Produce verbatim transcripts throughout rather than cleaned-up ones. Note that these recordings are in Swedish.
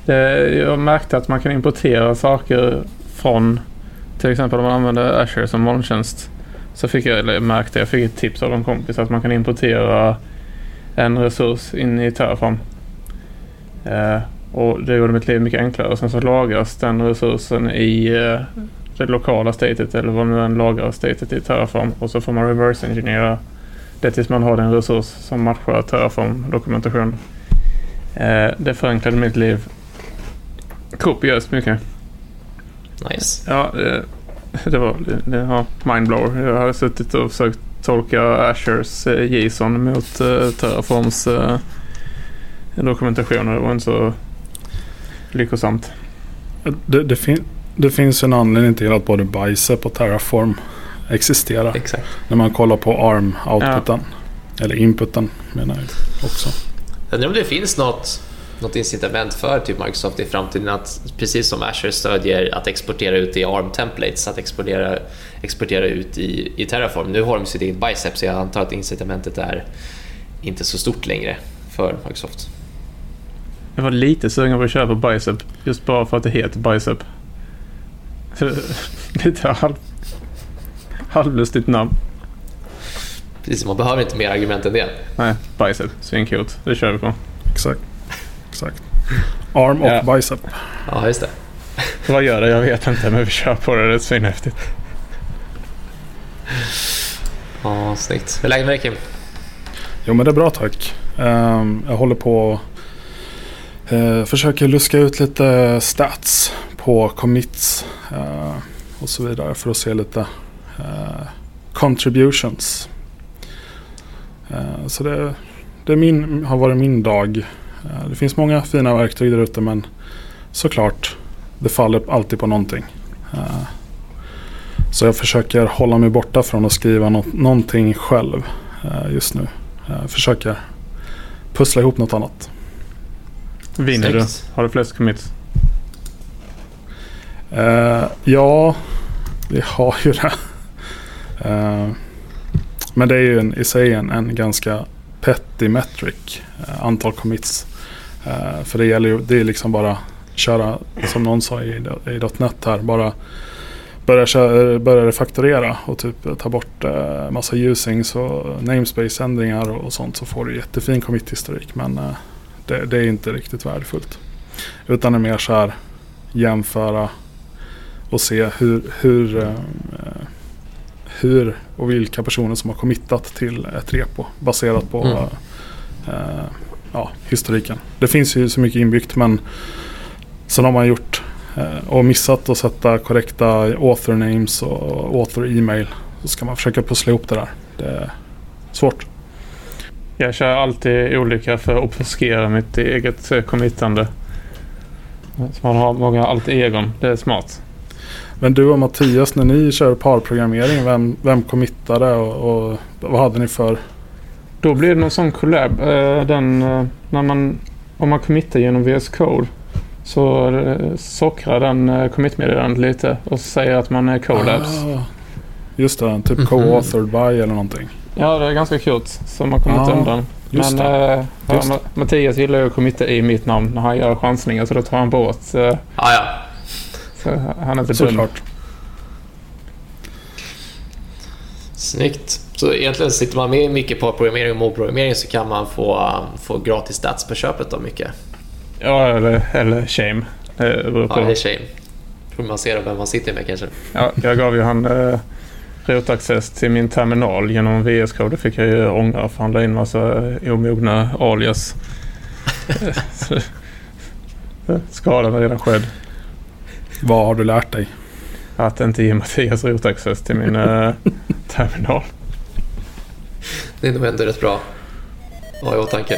Det, jag märkte att man kan importera saker från, till exempel om man använder Azure som molntjänst, så fick jag, eller märkte jag fick ett tips av en kompis att man kan importera en resurs in i Terraform. Eh, och det gjorde mitt liv mycket enklare. Och sen så lagras den resursen i eh, det lokala statet, eller vad nu än lagrar statet i Terraform, och så får man reverse engineera det tills man har den resurs som matchar Terraform-dokumentation. Eh, det förenklade mitt liv kopiöst mycket. Nice. Ja, det, det var det, det var mindblower. Jag hade suttit och försökt tolka Azures eh, JSON mot eh, Terraforms eh, dokumentation, och det var inte så lyckosamt. Det, det, fin- det finns en anledning till att både Bicep och Terraform existerar. Exakt. När man kollar på A R M-outputen. Ja. Eller inputen menar jag också. Jag undrar om det finns något, något incitament för typ Microsoft i framtiden att, precis som Azure stödjer att exportera ut i A R M-templates, att exportera, exportera ut i, i Terraform. Nu har de sitt eget Bicep, så jag antar att incitamentet är inte så stort längre för Microsoft. Jag var lite sugen på att köpa Bicep, just bara för att det heter Bicep. Lite halv, halvlustigt namn. Precis, man behöver inte mer argument än det. Nej, Bicep, svincoolt. Det kör vi på. Exakt. Exakt. A R M och ja. Bicep. Ja, just det. Vad gör det? Jag vet inte, men vi kör på det. Det är svinhäftigt. Ja, snyggt. Hur är läget med dig, Kim? Jo, men det är bra, tack. Um, jag håller på uh, försöker luska ut lite stats på commits uh, och så vidare för att se lite uh, contributions. Uh, så det, det min, har varit min dag. Uh, det finns många fina verktyg där ute, men såklart, det faller alltid på någonting. Uh, så jag försöker hålla mig borta från att skriva no- någonting själv uh, just nu. Uh, försöker pussla ihop något annat. Vinner du? Har du flest commits? Uh, ja, vi har ju det. Uh, men det är ju en, i sig en, en ganska petty metric, uh, antal commits. Uh, för det gäller ju, det är liksom bara köra, som någon sa i, i .NET här, bara börja, köra, börja refaktorera och typ ta bort uh, massa usings och namespace-ändringar och, och sånt, så får du jättefin commit-historik. Men uh, det, det är inte riktigt värdefullt. Utan det är mer så här jämföra och se hur, hur, uh, hur och vilka personer som har committat till ett repo baserat på mm. uh, ja, historiken. Det finns ju så mycket inbyggt, men sen har man gjort uh, och missat att sätta korrekta author names och author e-mail, så ska man försöka pussla ihop det där. Det är svårt. Jag kör alltid olika för att obfuskera mitt eget committande. Så man har många allt egon. Det är smart. Men du och Mattias, när ni kör parprogrammering, vem, vem committade och, och vad hade ni för? Då blir det någon sån collab. Den, när man, om man committar genom V S Code, så sockrar den commit-meddelandet lite och säger att man är collabs. Ah, just det, typ mm-hmm. co-authored by eller någonting. Ja, det är ganska kul, så man kommer ah, inte undan. Men äh, ja, Mattias gillar ju att committa i mitt namn när han gör chansningar, så då tar han bort. Äh, ah, ja. Så han är inte så dum. Klart. Snyggt. Så egentligen sitter man med mycket på programmering och målprogrammering, så kan man få, få gratis stats på köpet då mycket. Ja, eller, eller shame. Det ja, det är shame. Får man se vem man sitter med kanske. Ja, jag gav ju han äh, root-access till min terminal genom V S Code. Det fick jag ju ångra, för han la in massa omogna alias. Skadan är redan skedd. Vad har du lärt dig? Att inte ge Mattias root-access till min äh, terminal. Det är nog ändå rätt bra. Ja, jag tanke.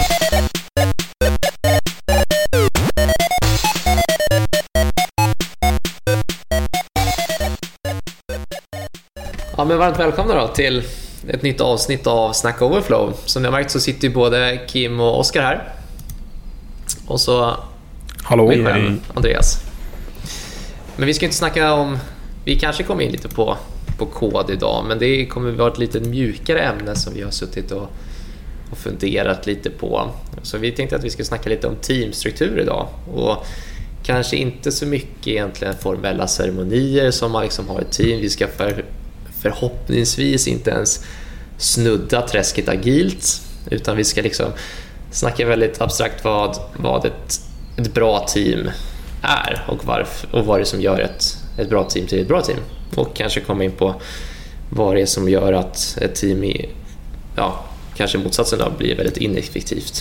Ja, men varmt välkomna då till ett nytt avsnitt av Snack Overflow. Som ni har märkt så sitter ju både Kim och Oskar här. Och så hallå, själv, Andreas. Men vi ska inte snacka om, vi kanske kommer in lite på, på kod idag, men det kommer vara ett lite mjukare ämne som vi har suttit och, och funderat lite på. Så vi tänkte att vi ska snacka lite om teamstruktur idag, och kanske inte så mycket egentligen formella ceremonier som man liksom har ett team. Vi ska för, förhoppningsvis inte ens snudda träsket agilt, utan vi ska liksom snacka väldigt abstrakt vad, vad ett, ett bra team är och, varför, och vad det är som gör ett, ett bra team till ett bra team, och kanske komma in på vad det är som gör att ett team i, ja, kanske motsatsen då, blir väldigt ineffektivt.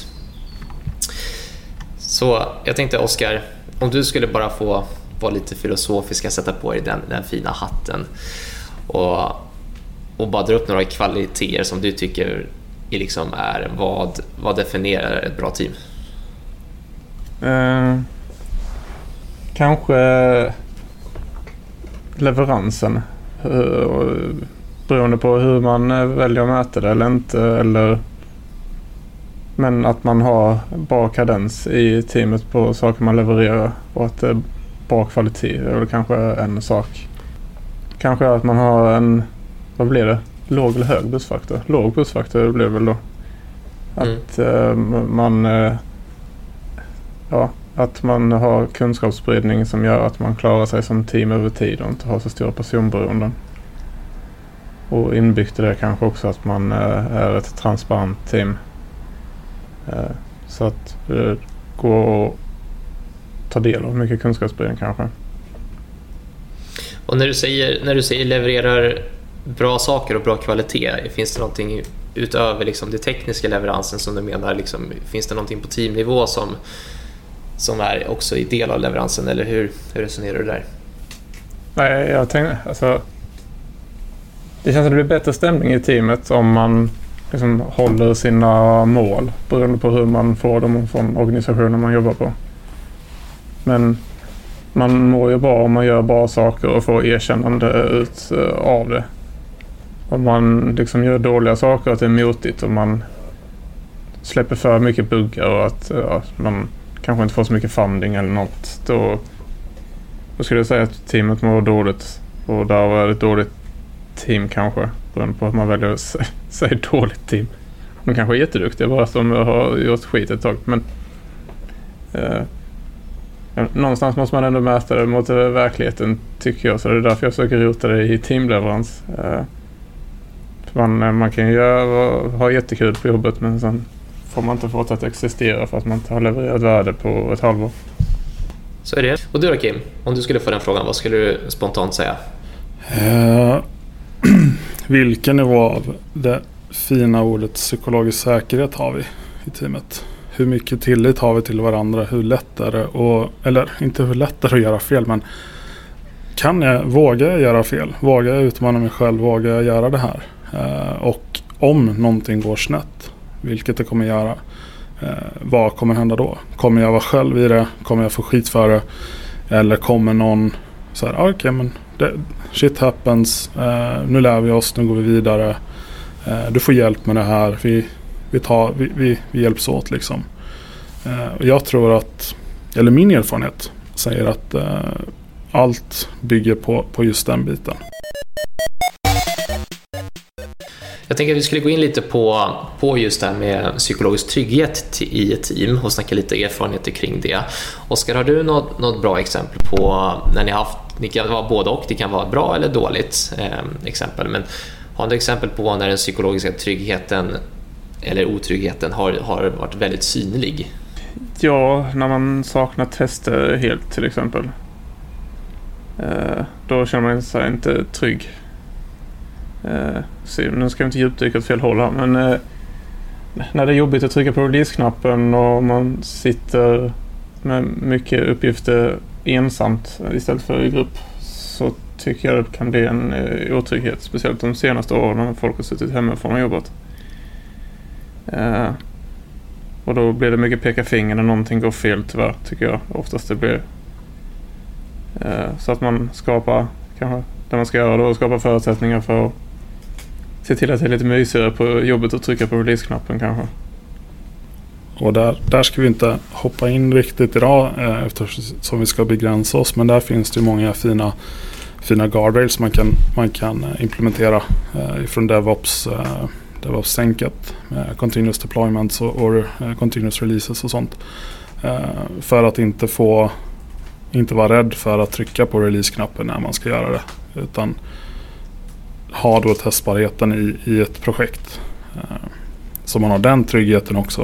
Så jag tänkte, Oskar, om du skulle bara få vara lite filosofiska, sätta på dig den, den fina hatten och, och bara dra upp några kvaliteter som du tycker är, liksom är vad, vad definierar ett bra team? Eh, kanske leveransen. Uh, beroende på hur man väljer att mäta det eller inte. Eller, men att man har bra kadens i teamet på saker man levererar, och att det är bra kvalitet är väl kanske en sak. Kanske att man har en, vad blir det? Låg eller hög bussfaktor? Låg bussfaktor blir väl då. Att mm. uh, man uh, ja, att man har kunskapsspridning som gör att man klarar sig som team över tid och inte har så stora personberoenden. Och inbyggt i det kanske också att man uh, är ett transparent team. Uh, så att det uh, går att ta del av mycket kunskapsspridning kanske. Och när du säger, när du säger levererar bra saker och bra kvalitet, finns det någonting utöver liksom det tekniska leveransen som du menar, liksom, finns det någonting på teamnivå som, som är också i del av leveransen, eller hur, hur resonerar du där? Nej, jag tänkte, alltså, det känns att det blir bättre stämning i teamet om man liksom håller sina mål beroende på hur man får dem från organisationen man jobbar på. Men man mår ju bra om man gör bra saker och får erkännande ut av det. Om man liksom gör dåliga saker, att det är motigt och man släpper för mycket buggar och att ja, man kanske inte får så mycket funding eller något, då, då skulle jag säga att teamet mår dåligt, och där var det ett dåligt team kanske, beroende på att man väljer att säga dåligt team. De kanske är jätteduktiga bara som har gjort skit ett tag, men eh, någonstans måste man ändå mäta det mot verkligheten, tycker jag, så det är därför jag försöker rota det i teamleverans. Eh, man, man kan ju göra, ha jättekul på jobbet, men sen får man inte få att existera för att man inte har levererat värde på ett halvår. Så är det. Och du då, Kim, om du skulle få den frågan, vad skulle du spontant säga? Uh, vilken nivå av det fina ordet psykologisk säkerhet har vi i teamet? Hur mycket tillit har vi till varandra? Hur lätt är det, och, eller inte hur lätt är det att göra fel, men kan jag, våga jag göra fel? Vågar jag utmana mig själv? Vågar jag göra det här? Uh, och om någonting går snett, vilket det kommer göra, uh, vad kommer hända då? Kommer jag vara själv i det? Kommer jag få skit för det? Eller kommer någon så här, okej, okay, men det, shit happens, uh, nu lär vi oss, nu går vi vidare, uh, du får hjälp med det här, vi, vi, tar, vi, vi, vi hjälps åt liksom. Uh, och jag tror att, eller min erfarenhet säger att uh, allt bygger på, på just den biten. Jag tänker att vi skulle gå in lite på, på just det här med psykologisk trygghet i ett team och snacka lite erfarenheter kring det. Oskar, har du något, något bra exempel på när ni har haft, det kan vara både och, det kan vara bra eller dåligt eh, exempel, men har du exempel på när den psykologiska tryggheten eller otryggheten har, har varit väldigt synlig? Ja, när man saknar tester helt till exempel. Eh, då känner man sig inte trygg. Uh, så nu ska jag inte djupdyka åt fel håll här, men uh, när det är jobbigt att trycka på release-knappen och man sitter med mycket uppgifter ensamt istället för i grupp, så tycker jag det kan bli en uh, otrygghet, speciellt de senaste åren när folk har suttit hemifrån och jobbat. Uh, och då blir det mycket peka finger när någonting går fel, tyvärr, tycker jag oftast det blir. Uh, så att man skapar kanske det man ska göra då, skapa förutsättningar för att se till att det är lite mysigare på jobbet och trycka på release-knappen kanske. Och där, där ska vi inte hoppa in riktigt idag eh, eftersom vi ska begränsa oss, men där finns det ju många fina, fina guardrails man kan, man kan implementera eh, från DevOps, eh, DevOps-tänket med continuous deployments och, och continuous releases och sånt. Uh, för att inte få inte vara rädd för att trycka på release-knappen när man ska göra det, utan ha då testbarheten i, i ett projekt. Uh, så man har den tryggheten också.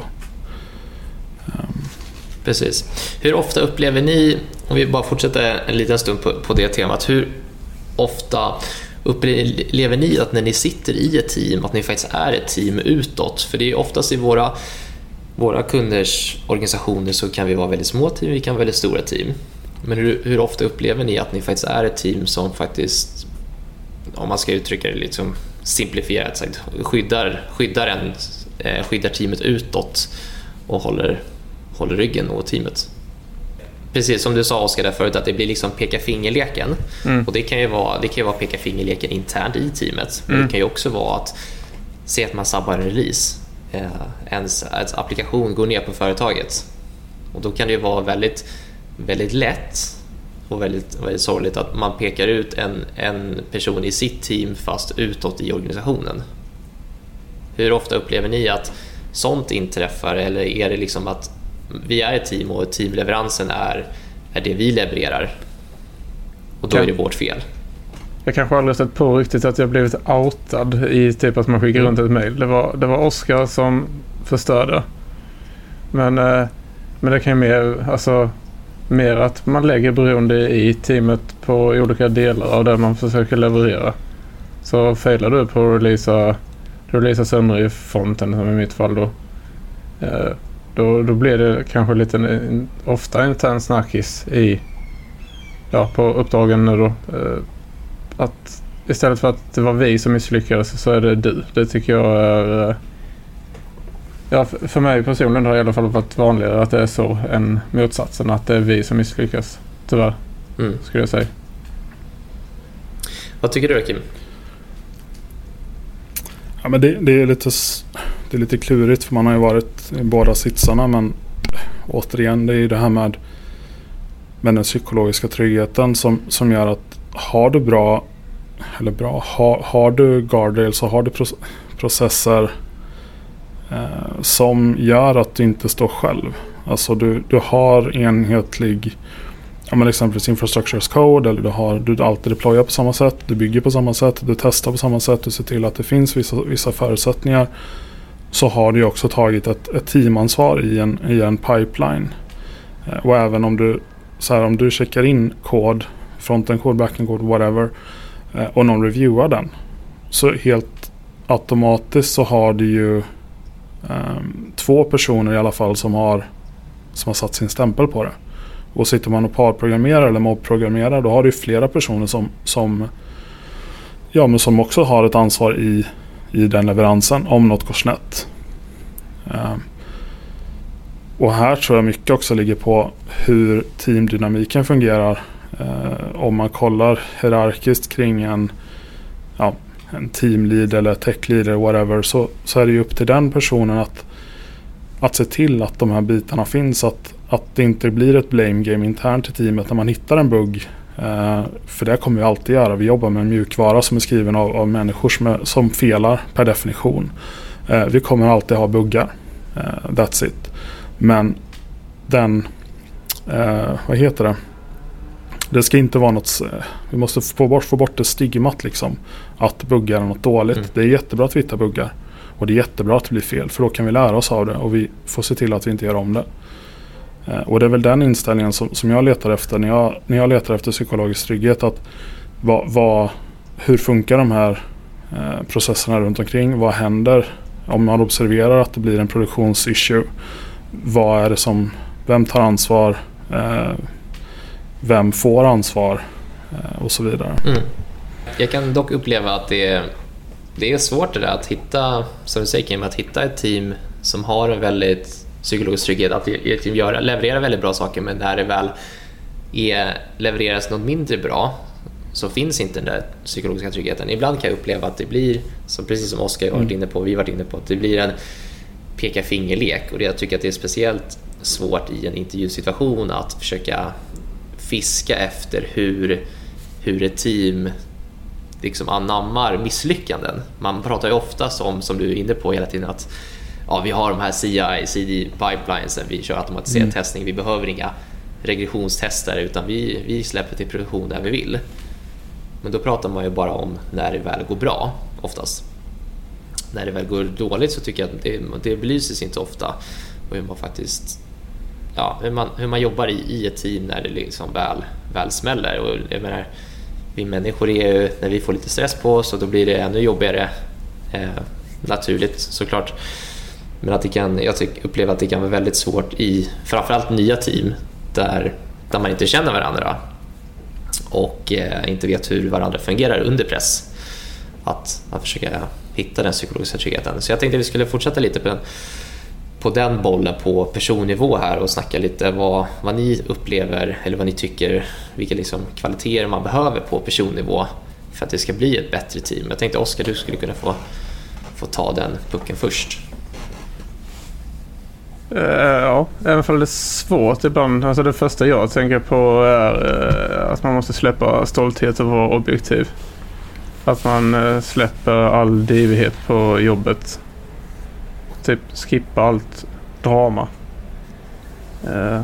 Um. Precis. Hur ofta upplever ni, om vi bara fortsätter en liten stund på, på det temat, hur ofta upplever ni att när ni sitter i ett team att ni faktiskt är ett team utåt? För det är oftast i våra, våra kunders organisationer så kan vi vara väldigt små team, vi kan vara väldigt stora team. Men hur, hur ofta upplever ni att ni faktiskt är ett team som faktiskt, om man ska uttrycka det liksom simplifierat sagt, skyddar, skyddar, en, eh, skyddar teamet utåt och håller, håller ryggen åt teamet? Precis som du sa, Oskar, där förut, att det blir liksom peka-fingerleken. Mm. Och det kan ju vara, det kan ju vara peka-fingerleken internt i teamet. Men mm. det kan ju också vara att se att man sabbar en release. Eh, ens, ens applikation går ner på företaget. Och då kan det ju vara väldigt, väldigt lätt och väldigt, väldigt sorgligt att man pekar ut en, en person i sitt team fast utåt i organisationen. Hur ofta upplever ni att sånt inträffar? Eller är det liksom att vi är ett team och teamleveransen är, är det vi levererar och då är det vårt fel? Jag kanske aldrig sett på riktigt att jag blivit outad i typ att man skickar mm. runt ett mejl. Det var, det var Oskar som förstörde. Men, eh, men det kan ju mer, alltså, mer att man lägger beroende i teamet på olika delar av det man försöker leverera. Så failar du på att releasa, releasa sönder i fronten, som i mitt fall då. Eh, Då, då blir det kanske lite en, ofta intern snackis i, ja, på uppdragen nu då. Eh, att istället för att det var vi som misslyckades så är det du. Det tycker jag är... Eh, ja, för mig personligen har det i alla fall varit vanligare att det är så än motsatsen. Att det är vi som misslyckas, tyvärr, mm. skulle jag säga. Vad tycker du, Kim? Ja, men det, det är lite... Det är lite klurigt för man har ju varit i båda sitsarna, men återigen, det är ju det här med, med den psykologiska tryggheten som, som gör att har du bra eller bra, har, har du guardrails så har du pro- processer eh, som gör att du inte står själv. Alltså du, du har enhetlig, ja, men exempelvis infrastructure as code, eller du har du alltid deployar på samma sätt, du bygger på samma sätt, du testar på samma sätt, du ser till att det finns vissa, vissa förutsättningar. Så har du också tagit ett, ett teamansvar i en, i en pipeline. Eh, och även om du, så här, om du checkar in kod, frontend kod, backend kod, whatever, eh, och någon reviewar den, så helt automatiskt så har du ju eh, två personer i alla fall som har, som har satt sin stämpel på det. Och sitter man och parprogrammerar eller mobbprogrammerar, då har du flera personer som, som, ja, men som också har ett ansvar i i den leveransen om något går snett. Uh, och här tror jag mycket också ligger på hur teamdynamiken fungerar. Uh, om man kollar hierarkiskt kring en, ja, en teamlead eller techlead eller whatever, så, så är det ju upp till den personen att, att se till att de här bitarna finns, att, att det inte blir ett blame game internt i teamet när man hittar en bugg. Uh, för det kommer vi alltid göra. Vi jobbar med en mjukvara som är skriven av, av människor som, är, som felar per definition. Uh, vi kommer alltid ha buggar. Uh, that's it. Men den, uh, vad heter det? Det ska inte vara något, uh, vi måste få bort, få bort det stigmat liksom, att buggar är något dåligt. Mm. Det är jättebra att vi hittar buggar. Och det är jättebra att det blir fel, för då kan vi lära oss av det och vi får se till att vi inte gör om det. Och det är väl den inställningen som, som jag letar efter när jag, när jag letar efter psykologisk trygghet. Att vad, vad, hur funkar de här eh, processerna runt omkring? Vad händer om man observerar att det blir en produktionsissue? Vad är det som, vem tar ansvar? Eh, vem får ansvar? Eh, och så vidare. Mm. Jag kan dock uppleva att det är, det är svårt det där att hitta, som du säger Kim, att hitta ett team som har en väldigt psykologisk trygghet, att göra, leverera väldigt bra saker, men när det väl är, levereras något mindre bra så finns inte den där psykologiska tryggheten. Ibland kan jag uppleva att det blir, som precis som Oskar har varit inne på, vi varit inne på, att det blir en peka-fingerlek, och det, jag tycker att det är speciellt svårt i en intervjusituation att försöka fiska efter hur, hur ett team liksom anammar misslyckanden. Man pratar ju ofta om, som du är inne på hela tiden, att ja, vi har de här C I, C D pipelines, vi kör automatiserad mm. testning, vi behöver inga regressionstester utan vi, vi släpper till produktion där vi vill. Men då pratar man ju bara om när det väl går bra oftast. När det väl går dåligt så tycker jag att det, det belyses inte ofta, och hur man faktiskt ja, hur man, hur man jobbar i, i ett team när det liksom väl, väl smäller. Och jag menar, vi människor är ju, när vi får lite stress på oss, och då blir det ännu jobbigare eh, naturligt såklart. Men att det kan, jag tycker, upplever att det kan vara väldigt svårt i framförallt nya team där, där man inte känner varandra och eh, inte vet hur varandra fungerar under press, att, att försöka hitta den psykologiska tryggheten. Så jag tänkte att vi skulle fortsätta lite på den, på den bollen på personnivå här och snacka lite vad, vad ni upplever eller vad ni tycker, vilka liksom kvaliteter man behöver på personnivå för att det ska bli ett bättre team. Jag tänkte Oskar, du skulle kunna få, få ta den pucken först. Uh, ja, även om det är svårt ibland. Alltså det första jag tänker på är uh, att man måste släppa stolthet och vara objektiv. Att man uh, släpper all divighet på jobbet. Typ skippa allt drama. Uh,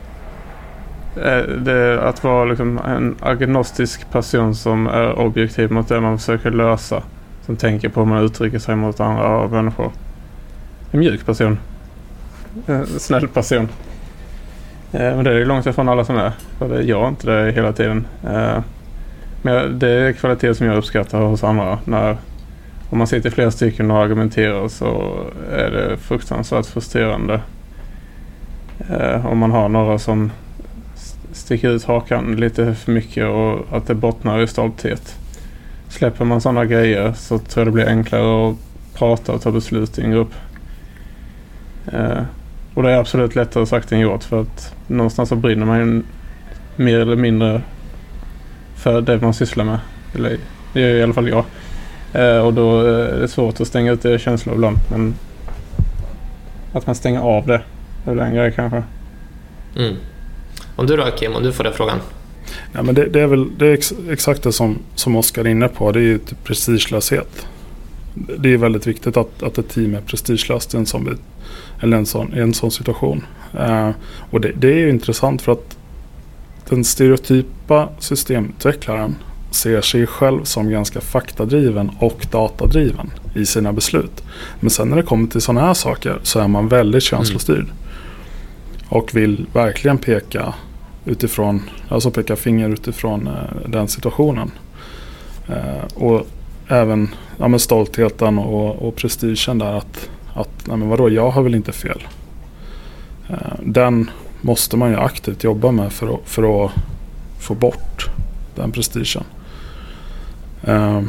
det, att vara liksom en agnostisk person som är objektiv mot det man försöker lösa. Som tänker på hur man uttrycker sig mot andra människor. En mjuk person. En snäll person. Eh, men det är ju långt ifrån alla som är. För det gör inte det hela tiden. Eh, men det är kvalitet som jag uppskattar hos andra. När, om man sitter flera stycken och argumenterar så är det fruktansvärt frustrerande. Eh, om man har några som sticker ut hakan lite för mycket och att det bottnar i stolthet. Släpper man sådana grejer så tror jag det blir enklare att prata och ta beslut i en grupp. Eh, och det är absolut lättare sagt än gjort, för att någonstans så brinner man ju mer eller mindre för det man sysslar med. Eller det är i alla fall jag. Eh, och då är det svårt att stänga ut det känslor ibland, men att man stänger av det är en grej kanske. Mm. Om du då, Kim, om du får den frågan. Ja, men det, det är väl det är ex, exakt det som, som Oskar är inne på. Det är ju typ prestigelöshet. Det är väldigt viktigt att, att ett team är prestigelöst i en sån, eller en sån, i en sån situation. Uh, och det, det är ju intressant för att den stereotypa systemutvecklaren ser sig själv som ganska faktadriven och datadriven i sina beslut. Men sen när det kommer till sådana här saker så är man väldigt känslostyrd. Mm. Och vill verkligen peka utifrån, alltså peka finger utifrån uh, den situationen. Uh, och även ja, men stoltheten och, och prestigen där att, att nej, men vadå, jag har väl inte fel. Uh, den måste man ju aktivt jobba med för att, för att få bort den prestigen. Uh,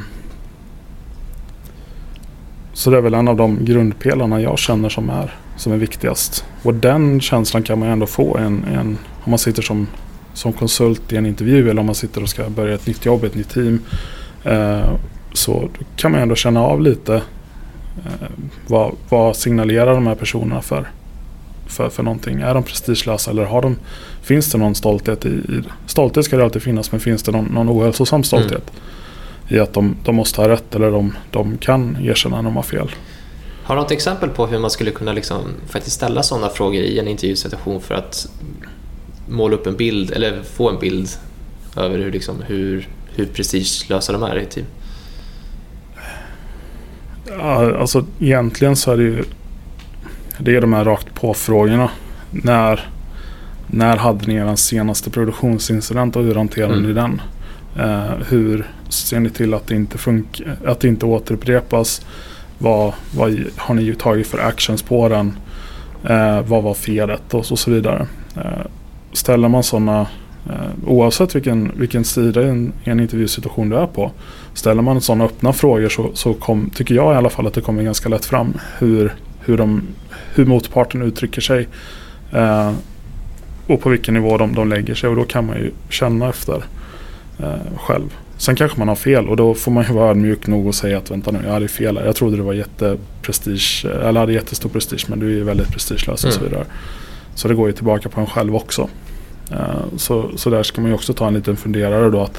så det är väl en av de grundpelarna jag känner som är, som är viktigast. Och den känslan kan man ju ändå få en, en, om man sitter som, som konsult i en intervju eller om man sitter och ska börja ett nytt jobb, ett nytt team. Uh, så då kan man ändå känna av lite eh, vad, vad signalerar de här personerna för, för, för någonting. Är de prestigelösa eller har de, finns det någon stolthet i, i stolthet ska det alltid finnas, men finns det någon, någon ohälsosam stolthet mm. i att de, de måste ha rätt eller de, de kan erkänna när de har fel. Har du något exempel på hur man skulle kunna liksom faktiskt ställa sådana frågor i en intervjusituation för att måla upp en bild eller få en bild över hur, liksom, hur, hur prestigelösa de är i team? Ja, alltså egentligen så är det ju det är de här rakt på frågorna. När, när hade ni er senaste produktionsincident och hur hanterade mm. ni den? Uh, hur ser ni till att det inte funkar, att det inte återupprepas? Vad, vad har ni ju tagit för actions på den? Uh, vad var felet och så, så vidare. Uh, ställer man sådana Uh, oavsett vilken, vilken sida i en, en intervjusituation du är på, ställer man sådana öppna frågor så, så kom, tycker jag i alla fall att det kommer ganska lätt fram hur, hur, de, hur motparten uttrycker sig uh, och på vilken nivå de, de lägger sig, och då kan man ju känna efter uh, själv. Sen kanske man har fel och då får man ju vara ödmjuk nog och säga att vänta nu, jag hade fel, jag trodde det var jätteprestige eller hade jättestor prestige, men du är ju väldigt prestigelös och så vidare. Så det går ju tillbaka på en själv också. Så, så där ska man ju också ta en liten funderare då att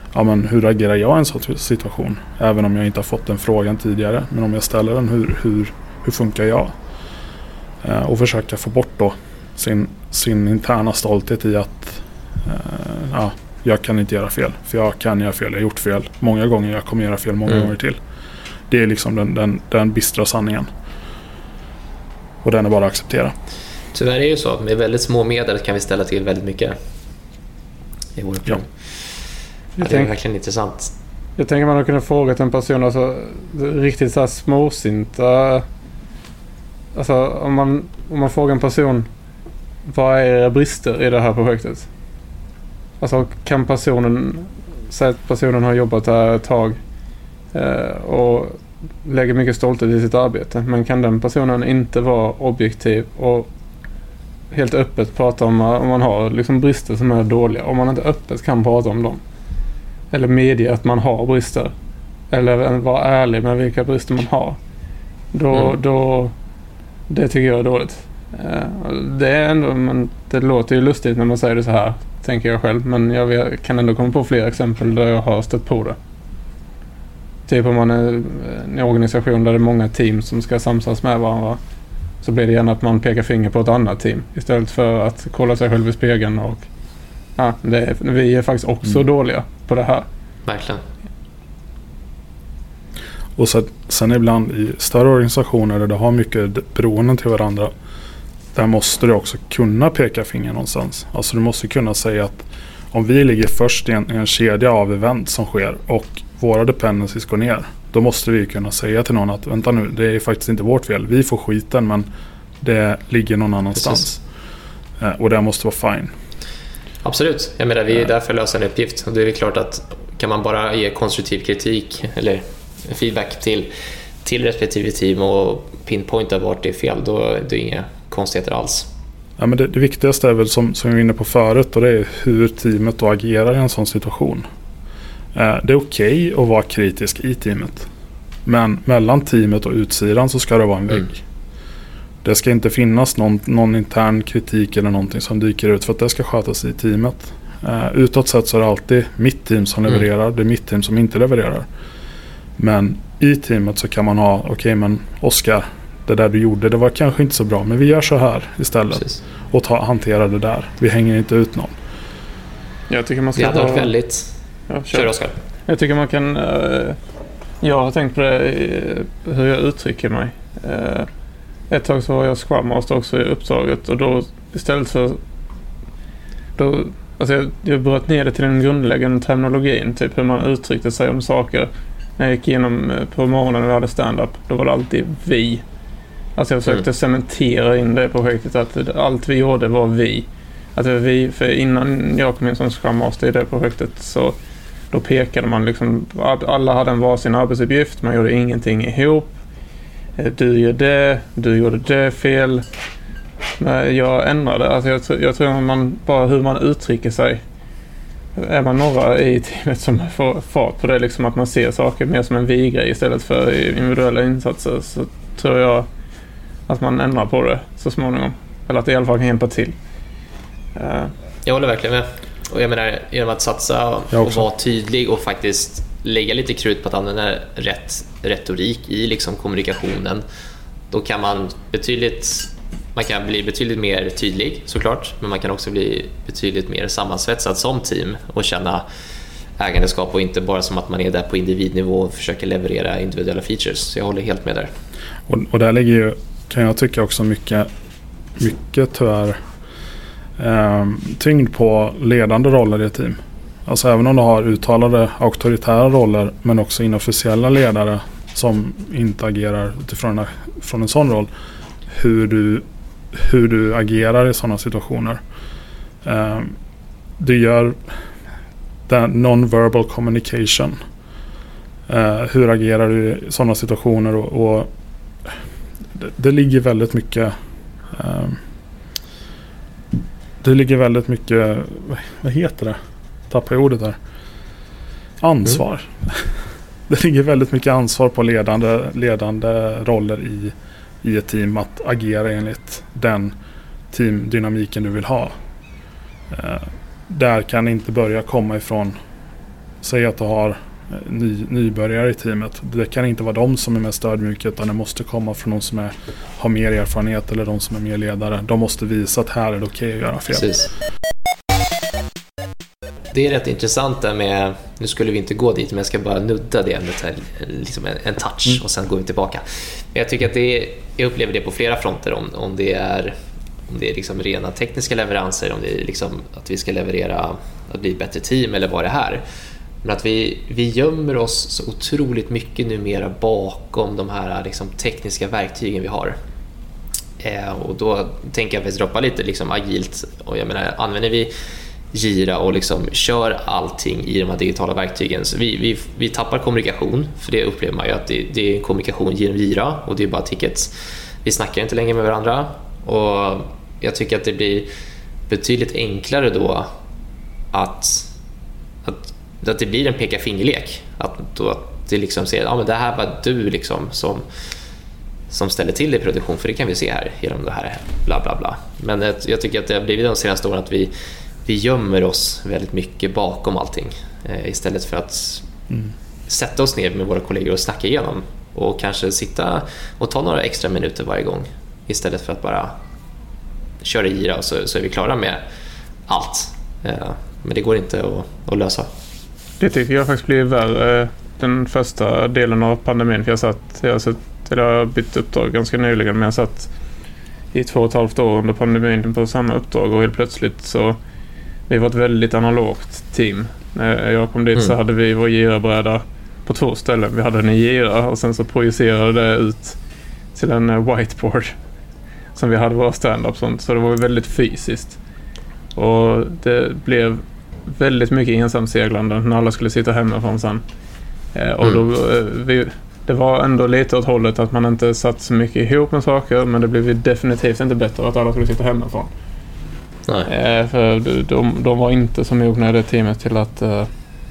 ja, men hur agerar jag i en sån situation? Även om jag inte har fått den frågan tidigare. Men om jag ställer den, hur, hur, hur funkar jag? Eh, och försöka få bort då sin, sin interna stolthet i att eh, ja, jag kan inte göra fel. För jag kan göra fel, jag har gjort fel många gånger, jag kommer göra fel många mm. gånger till. Det är liksom den, den, den bistra sanningen. Och den är bara att acceptera. Tyvärr är det ju så. Med väldigt små medel kan vi ställa till väldigt mycket i vår uppdrag. Ja. Ja, det är tänk, verkligen intressant. Jag tänker man har kunnat fråga en person, alltså riktigt så här småsinta, alltså om man, om man frågar en person, vad är era brister i det här projektet? Alltså kan personen säga att personen har jobbat där ett tag eh, och lägger mycket stolthet i sitt arbete, men kan den personen inte vara objektiv och helt öppet prata om om man har liksom brister som är dåliga, om man inte öppet kan prata om dem eller medge att man har brister eller vara ärlig med vilka brister man har, då, mm. då det tycker jag är dåligt. Eh, det är ändå, men det låter ju lustigt när man säger det så här, tänker jag själv, men jag kan ändå komma på fler exempel där jag har stött på det. Typ om man är en organisation där det är många team som ska samsas med varandra, så blir det gärna att man pekar finger på ett annat team istället för att kolla sig själv i spegeln och ja, det är, vi är faktiskt också mm. dåliga på det här. Verkligen. Och så, sen ibland i större organisationer där det har mycket beroenden till varandra, där måste du också kunna peka finger någonstans. Alltså du måste kunna säga att om vi ligger först i en, i en kedja av event som sker och våra dependencies går ner, då måste vi kunna säga till någon att vänta nu, det är faktiskt inte vårt fel. Vi får skiten, men det ligger någon annanstans. Eh, och det måste vara fine. Absolut. Jag menar, vi är där för att lösa en uppgift. Och det är klart att kan man bara ge konstruktiv kritik eller feedback till, till respektive team och pinpointa vart det är fel, då är det inga konstigheter alls. Ja, men det, det viktigaste är väl som, som vi var inne på förut, och det är hur teamet då agerar i en sån situation. Eh, det är okej att vara kritisk i teamet, men mellan teamet och utsidan så ska det vara en vägg. Mm. Det ska inte finnas någon, någon intern kritik eller någonting som dyker ut, för att det ska skötas i teamet. Eh, utåt sett så är det alltid mitt team som levererar, mm. det är mitt team som inte levererar. Men i teamet så kan man ha, okej okay, men Oskar, det där du gjorde, det var kanske inte så bra, men vi gör så här istället. Precis. Och ta, hantera det där. Vi hänger inte ut någon. Jag tycker man ska det hade varit ha... väldigt... Ja, kör, kör Oskar. Jag tycker man kan... Uh, jag har tänkt på det, uh, hur jag uttrycker mig. Uh, ett tag så var jag Scrum Master också i uppdraget, och då istället för... Då, alltså jag, jag bröt ner det till den grundläggande terminologin, typ hur man uttryckte sig om saker. När jag gick igenom på morgonen när vi hade stand-up, då var det alltid vi. Alltså jag försökte mm. cementera in det projektet, att allt vi gjorde var vi. Att det var vi, för innan jag kom in som Scrum Master i det projektet, så då pekade man liksom, alla hade en varsin arbetsuppgift, man gjorde ingenting ihop. Du gör det, du gjorde det fel. Men jag ändrade, alltså jag, jag tror att man bara hur man uttrycker sig. Är man några i teamet som får fart på det, liksom att man ser saker mer som en vi-grej istället för individuella insatser, så tror jag att man ändrar på det så småningom. Eller att det i alla fall kan hjälpa till. Uh. Jag håller verkligen med. Och jag menar, genom att satsa och vara tydlig och faktiskt lägga lite krut på att använda rätt retorik i liksom kommunikationen, då kan man betydligt man kan bli betydligt mer tydlig såklart, men man kan också bli betydligt mer sammansvetsad som team och känna ägandeskap, och inte bara som att man är där på individnivå och försöker leverera individuella features. Så jag håller helt med där. Och, och där ligger ju, kan jag tycka också mycket, mycket tyvärr eh, tyngd på ledande roller i ett team. Alltså även om du har uttalade auktoritära roller, men också inofficiella ledare som inte agerar utifrån från en sån roll, hur du, hur du agerar i sådana situationer. Eh, du gör den non-verbal communication. Eh, hur agerar du i sådana situationer, och, och det, det ligger väldigt mycket eh, det ligger väldigt mycket, vad heter det? Tappar jag ordet där. Ansvar. Mm. Det ligger väldigt mycket ansvar på ledande, ledande roller i, i ett team att agera enligt den teamdynamiken du vill ha. Eh, där kan inte börja komma ifrån säg att du har ny, nybörjare i teamet. Det kan inte vara de som är mest ödmjuka, utan det måste komma från de som är, har mer erfarenhet eller de som är mer ledare. De måste visa att här är det okej att göra fel. Precis. Det är rätt intressant där med, nu skulle vi inte gå dit, men jag ska bara nudda det ämnet här, liksom en, en touch mm. och sen går vi tillbaka. Jag tycker att det är, jag upplever det på flera fronter, om, om det är om det är liksom rena tekniska leveranser, om det är liksom att vi ska leverera att bli ett bättre team eller vad det här. Men att vi, vi gömmer oss så otroligt mycket numera bakom de här liksom tekniska verktygen vi har. Eh, och då tänker jag faktiskt droppa lite liksom agilt, och jag menar, använder vi Gira och liksom kör allting i de här digitala verktygen, så vi, vi, vi tappar kommunikation, för det upplever man ju att det, det är kommunikation genom Gira, och det är bara tickets. Vi snackar inte längre med varandra, och jag tycker att det blir betydligt enklare då att, att, att det blir en peka-fingerlek, att, då, att det liksom säger, ja men det här var du liksom som som ställer till det i produktion, för det kan vi se här genom det här bla bla bla. Men jag, jag tycker att det har blivit de senaste åren att vi vi gömmer oss väldigt mycket bakom allting, eh, istället för att mm. sätta oss ner med våra kollegor och snacka igenom, och kanske sitta och ta några extra minuter varje gång, istället för att bara köra i Gira och så, så är vi klara med allt. Eh, men det går inte att, att lösa. Det tycker jag faktiskt blir värre den första delen av pandemin, för jag satt, jag har sett, eller jag har bytt uppdrag ganska nyligen, men jag satt i två och ett halvt år under pandemin på samma uppdrag, och helt plötsligt så vi var ett väldigt analogt team. När jag kom dit mm. så hade vi vår Gira-bräda på två ställen. Vi hade den i Gira, och sen så projicerade det ut till en whiteboard som vi hade våra stand-up sånt. Så det var väldigt fysiskt. Och det blev väldigt mycket ensamseglande när alla skulle sitta hemifrån sen. Eh, och då, eh, vi, det var ändå lite åt hållet att man inte satt så mycket ihop med saker, men det blev definitivt inte bättre att alla skulle sitta hemifrån. Nej. Eh, för de, de var inte så mogna i det teamet till att eh,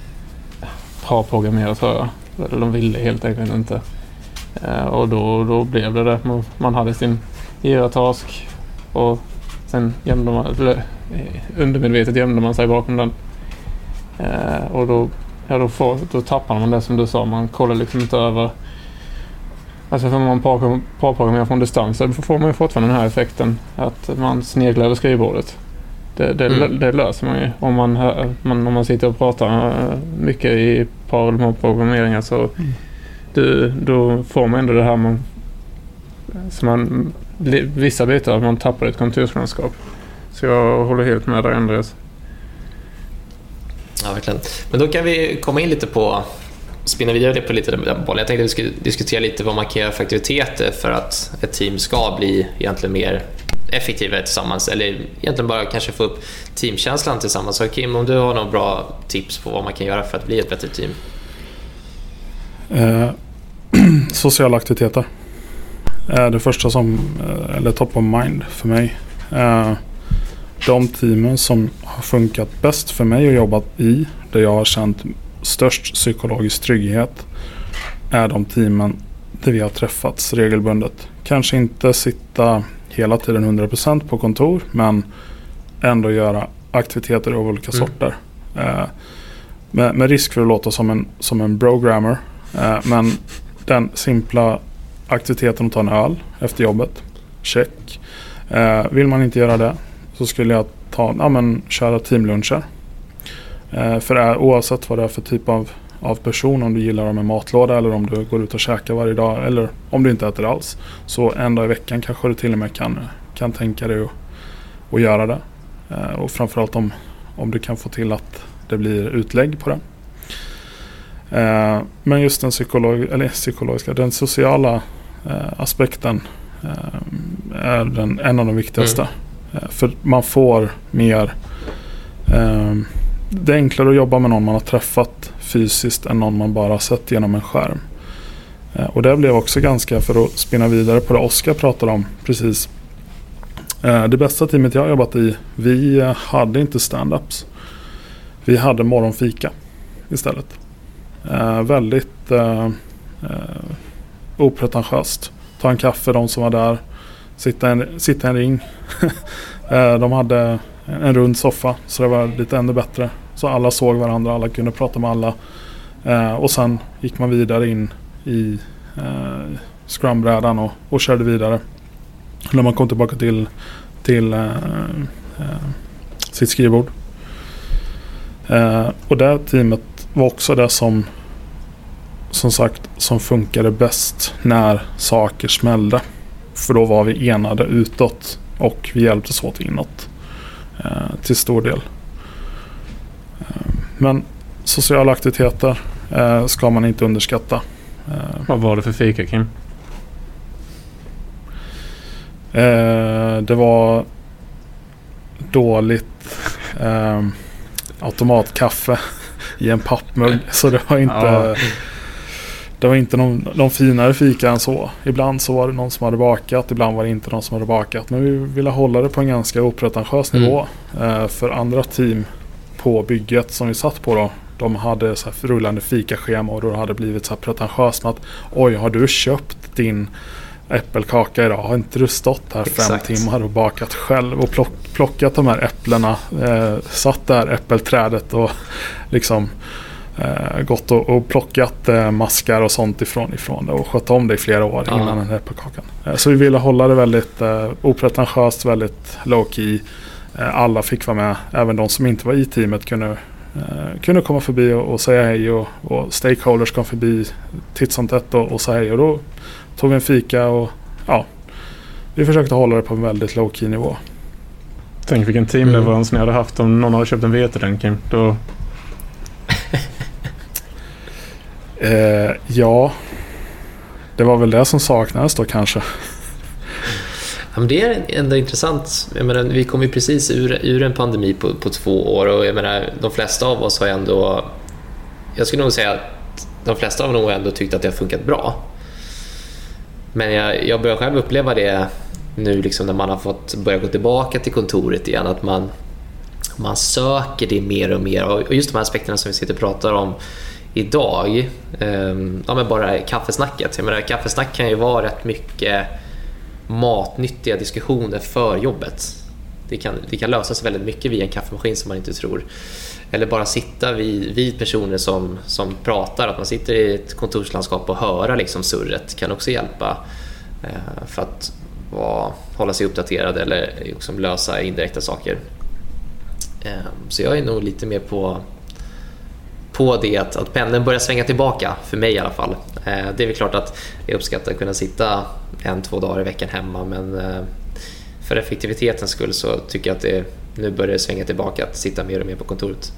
ha programmerat, tror jag. De ville helt enkelt inte. Eh, och då, då blev det det. Man hade sin Gira-task, och sen gömde man, eller, undermedvetet gömde man sig bakom den. Eh, och då, ja, då, får, då tappar man det som du sa. Man kollar liksom inte över. Alltså för man parprogrammerar från distans, så får man ju fortfarande den här effekten att man sneglar över skrivbordet. Det, det, mm. det löser man ju. Om man, hör, man, om man sitter och pratar mycket i par eller programmeringar, så mm. du, då får man ändå det här man, så man, vissa bitar att man tappar ett konturslandskap. Så jag håller helt med dig, Andreas. Ja, verkligen. Men då kan vi komma in lite på, spinna vidare på lite den bollen. Jag tänkte att vi skulle diskutera lite vad man kan göra för aktiviteter för att ett team ska bli egentligen mer effektivare tillsammans, eller egentligen bara kanske få upp teamkänslan tillsammans. Så Kim, om du har några bra tips på vad man kan göra för att bli ett bättre team? Eh, sociala aktiviteter är det första som, eller top of mind för mig. Eh, de teamen som har funkat bäst för mig och jobbat i, där jag har känt störst psykologisk trygghet, är de teamen där vi har träffats regelbundet. Kanske inte sitta hela tiden hundra procent på kontor, men ändå göra aktiviteter av olika mm. sorter. Eh, med, med risk för att låta som en, som en programmer. Eh, men den simpla aktiviteten att ta en öl efter jobbet, check. Eh, vill man inte göra det, så skulle jag ta, ja, men, köra teamluncher. Eh, för det är, oavsett vad det är för typ av, av person, om du gillar dem med matlåda eller om du går ut och käkar varje dag, eller om du inte äter alls, så en dag i veckan kanske du till och med kan, kan tänka dig att, att göra det. Eh, och framförallt om, om du kan få till att det blir utlägg på det. Eh, men just den psykolog, eller psykologiska, den sociala eh, aspekten eh, är den, en av de viktigaste. Mm. Eh, för man får mer eh, det är enklare att jobba med någon man har träffat fysiskt än någon man bara har sett genom en skärm. Eh, och det blev också ganska, för att spinna vidare på det Oskar pratade om precis. Eh, det bästa teamet jag har jobbat i, vi hade inte stand-ups. Vi hade morgonfika istället. Eh, väldigt eh, eh, opretentiöst. Ta en kaffe, de som var där. Sitta en, sitta en ring. eh, de hade en rund soffa, så det var lite ännu bättre. Så alla såg varandra, alla kunde prata med alla. Eh, och sen gick man vidare in i eh, scrumbrädan och, och körde vidare. När man kom tillbaka till, till eh, eh, sitt skrivbord. Eh, och det teamet var också det som som sagt som funkade bäst när saker smällde. För då var vi enade utåt och vi hjälptes åt inåt eh, till stor del. Eh, men sociala aktiviteter eh, ska man inte underskatta. Eh, Vad var det för fika, Kim? eh, det var dåligt eh, automatkaffe i en pappmugg, så det var inte Ja. det var inte någon, någon finare fika än så. Ibland så var det någon som hade bakat, ibland var det inte någon som hade bakat, men vi ville hålla det på en ganska opretentiös nivå. Mm. eh, för andra team på bygget som vi satt på då, de hade så här rullande fikaschema och då hade det blivit så här pretentiöst med att oj, har du köpt din äppelkaka idag? Har inte du stått här Exakt. fem timmar och bakat själv och plock, plockat de här äpplena, eh, satt där äppelträdet och liksom eh, gått och, och plockat eh, maskar och sånt ifrån, ifrån det och skött om det i flera år Ja. innan den här äppelkakan. Eh, så vi ville hålla det väldigt eh, opretentiöst, väldigt low key. Eh, alla fick vara med, även de som inte var i teamet kunde eh, kunde komma förbi och, och säga hej och, och stakeholders kom förbi titt som tätt och, och säga hej, och då tog vi en fika och ja, vi försökte hålla det på en väldigt low key nivå. Tänk vilken teamleverans mm. ni hade haft om någon hade köpt en vetedänk, Kim. Då... eh, ja, det var väl det som saknades då kanske. Ja, men det är ändå intressant. Jag menar, vi kom ju precis ur, ur en pandemi på, på två år och jag menar, de flesta av oss har ändå, jag skulle nog säga att de flesta av nog ändå tyckt att det har funkat bra. Men jag, jag börjar själv uppleva det nu liksom när man har fått börja gå tillbaka till kontoret igen, att man, man söker det mer och mer. Och just de här aspekterna som vi sitter och pratar om idag, eh, ja, men bara kaffesnacket. Jag menar, kaffesnack kan ju vara rätt mycket matnyttiga diskussioner för jobbet. Det kan, det kan lösas väldigt mycket via en kaffemaskin som man inte tror. Eller bara sitta vid, vid personer som, som pratar. Att man sitter i ett kontorslandskap och höra liksom surret kan också hjälpa eh, för att var, hålla sig uppdaterad eller liksom lösa indirekta saker. Eh, så jag är nog lite mer på på det att, att pendeln börjar svänga tillbaka, för mig i alla fall. Eh, det är väl klart att jag uppskattar att kunna sitta en, två dagar i veckan hemma, men eh, för effektivitetens skull så tycker jag att det nu börjar det svänga tillbaka, att sitta mer och mer på kontoret.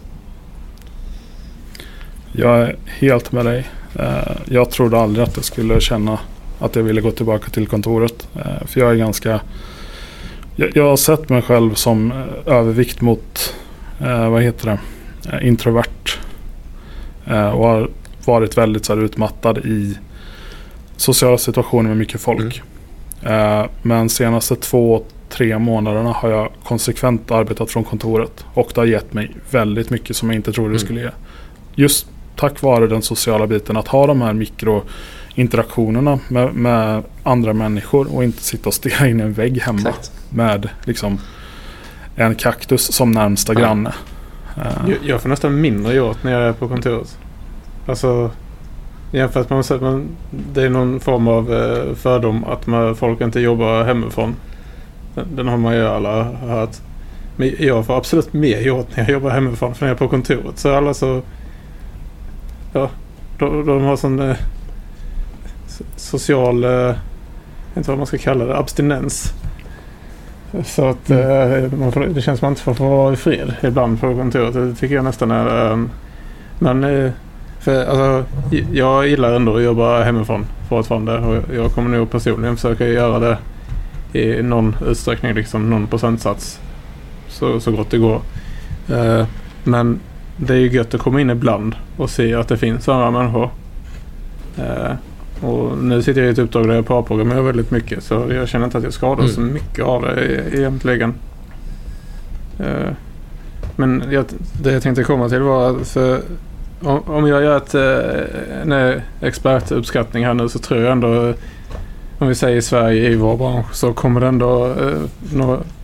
Jag är helt med dig. Eh, jag trodde aldrig att jag skulle känna att jag ville gå tillbaka till kontoret. Eh, för jag är ganska... Jag, jag har sett mig själv som eh, övervikt mot, eh, vad heter det, eh, introvert. Eh, och har varit väldigt så här, utmattad i sociala situationer med mycket folk. Mm. Eh, men senaste två, tre månaderna har jag konsekvent arbetat från kontoret. Och det har gett mig väldigt mycket som jag inte trodde det skulle ge. Just tack vare den sociala biten, att ha de här mikrointeraktionerna med, med andra människor och inte sitta och stirra in i en vägg hemma. Exakt. Med liksom en kaktus som närmsta ja. granne. Jag, jag får nästan mindre gjort när jag är på kontoret. Alltså jämfört med att man, det är någon form av fördom att man, folk inte jobbar hemifrån. Den, den har man ju alla hört. Men jag får absolut mer gjort när jag jobbar hemifrån för när jag är på kontoret. Så alla så ja, de, de har sån eh, social eh, jag vet inte vad man ska kalla det, abstinens. Så att eh, man får, det känns som man inte får vara i fred ibland på kontoret. Det tycker jag nästan är eh, men eh, för, alltså, jag gillar ändå att jobba hemifrån fortfarande, och jag kommer nog personligen försöka göra det i någon utsträckning, liksom någon procentsats så, så gott det går. Eh, men det är ju gött att komma in ibland och se att det finns andra människor. Eh, och nu sitter jag i ett uppdrag där jag parprogrammerar väldigt mycket, så jag känner inte att jag skadar mm. så mycket av det egentligen. Eh, men jag, det jag tänkte komma till var för om, om jag gör ett, en expertuppskattning här nu, så tror jag ändå, om vi säger i Sverige i vår bransch, så kommer det ändå eh, några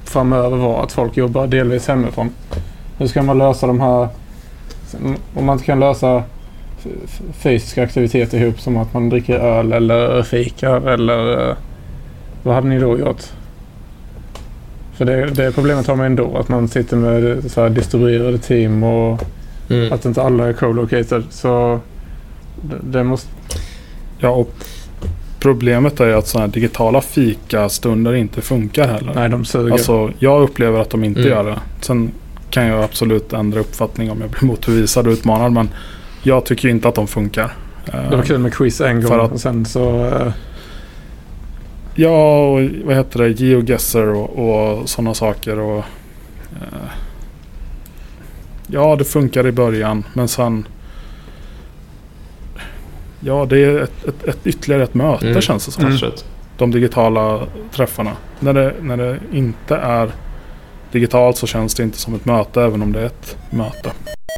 framöver vara att folk jobbar delvis hemifrån. Hur ska man lösa de här, om man inte kan lösa f- fysiska aktiviteter ihop som att man dricker öl eller fikar eller vad hade ni då gjort? För det, det problemet har man ändå, att man sitter med så här distribuerade team och mm. att inte alla är co-located. Så det, det måste... Ja, och problemet är att sådana här digitala fika-stunder inte funkar heller. Nej, de suger. Alltså, jag upplever att de inte mm. gör det. Sen kan jag absolut ändra uppfattning om jag blir motbevisad och utmanad, men jag tycker inte att de funkar. Det var kul med quiz en gång att, och sen så... Uh... Ja, och vad heter det? GeoGuessr och, och sådana saker. Och, uh... ja, det funkar i början, men sen... Ja, det är ett, ett, ett ytterligare ett möte mm. känns det som. Mm. De digitala träffarna. När det, när det inte är digitalt så känns det inte som ett möte, även om det är ett möte.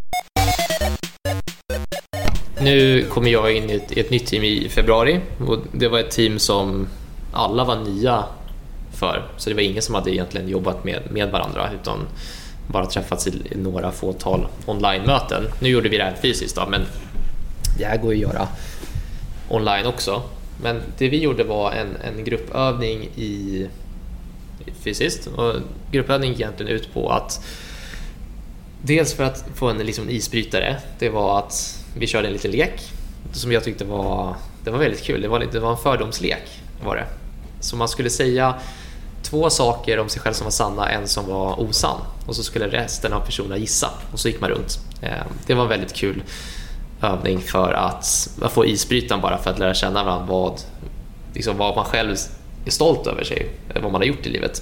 Nu kommer jag in i ett, ett nytt team i februari. Och det var ett team som alla var nya för. Så det var ingen som hade egentligen jobbat med, med varandra, utan bara träffats i några fåtal online-möten. Nu gjorde vi det här fysiskt då, men det här går ju att göra online också. Men det vi gjorde var en, en gruppövning i fysiskt. Och gruppövning gick egentligen ut på att dels för att få en liksom isbrytare, det var att vi körde en liten lek som jag tyckte var, det var väldigt kul. Det var, det var en fördomslek var det. Så man skulle säga två saker om sig själv som var sanna, en som var osann. Och så skulle resten av personerna gissa. Och så gick man runt. Det var en väldigt kul övning för att, att få isbrytaren, bara för att lära känna varandra, vad, liksom vad man själv är stolt över sig, vad man har gjort i livet.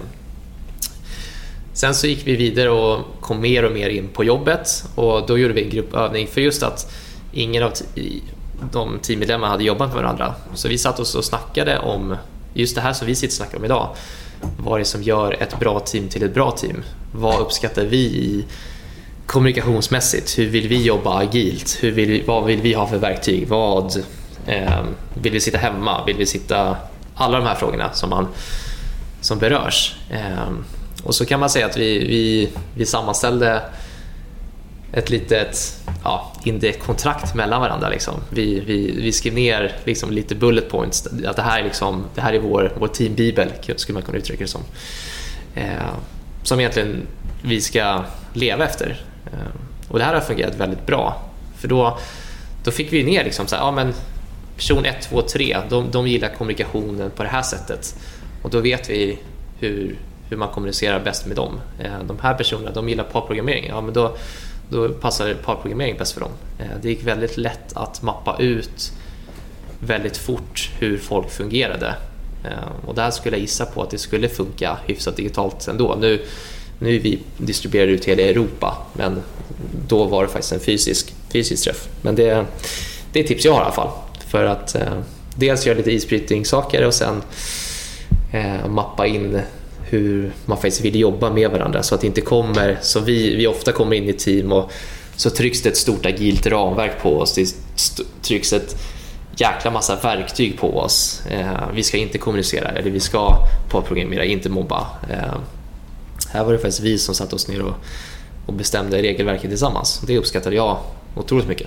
Sen så gick vi vidare och kom mer och mer in på jobbet, och då gjorde vi en gruppövning för just att ingen av t- de teammedlemmarna hade jobbat med varandra. Så vi satt oss och snackade om just det här som vi sitter och snackar om idag. Vad är det som gör ett bra team till ett bra team? Vad uppskattar vi i kommunikationsmässigt? Hur vill vi jobba agilt? Hur vill vi, vad vill vi ha för verktyg? Vad eh, vill vi sitta hemma? Vill vi sitta... Alla de här frågorna som, man, som berörs. Eh, och så kan man säga att vi, vi, vi sammanställde ett litet ja, kontrakt mellan varandra. Liksom. Vi, vi, vi skrev ner liksom, lite bullet points. Att det här är, liksom, det här är vår, vår teambibel, skulle man kunna uttrycka det som. Eh, som egentligen vi ska leva efter. Och det här har fungerat väldigt bra. För då, då fick vi ner liksom så här, ja, men person ett, två, tre, de, de gillar kommunikationen på det här sättet. Och då vet vi hur, hur man kommunicerar bäst med dem. De här personerna, de gillar parprogrammering. Ja, men då, då passar parprogrammering bäst för dem. Det gick väldigt lätt att mappa ut väldigt fort hur folk fungerade. Och där skulle jag gissa på att det skulle funka hyfsat digitalt ändå. Nu Nu är vi distribuerade ut hela Europa, men då var det faktiskt en fysisk, fysisk träff. Men det, det är tips jag har i alla fall. För att eh, dels göra lite isbrytningssaker och sen eh, mappa in hur man faktiskt vill jobba med varandra. Så att det inte kommer, så vi, vi ofta kommer in i team och så trycks det ett stort agilt ramverk på oss. Det st- trycks ett jäkla massa verktyg på oss. Eh, vi ska inte kommunicera, eller vi ska programmera, inte mobba. Eh, Här var det faktiskt vi som satt oss ner och, och bestämde regelverket tillsammans. Det uppskattade jag otroligt mycket.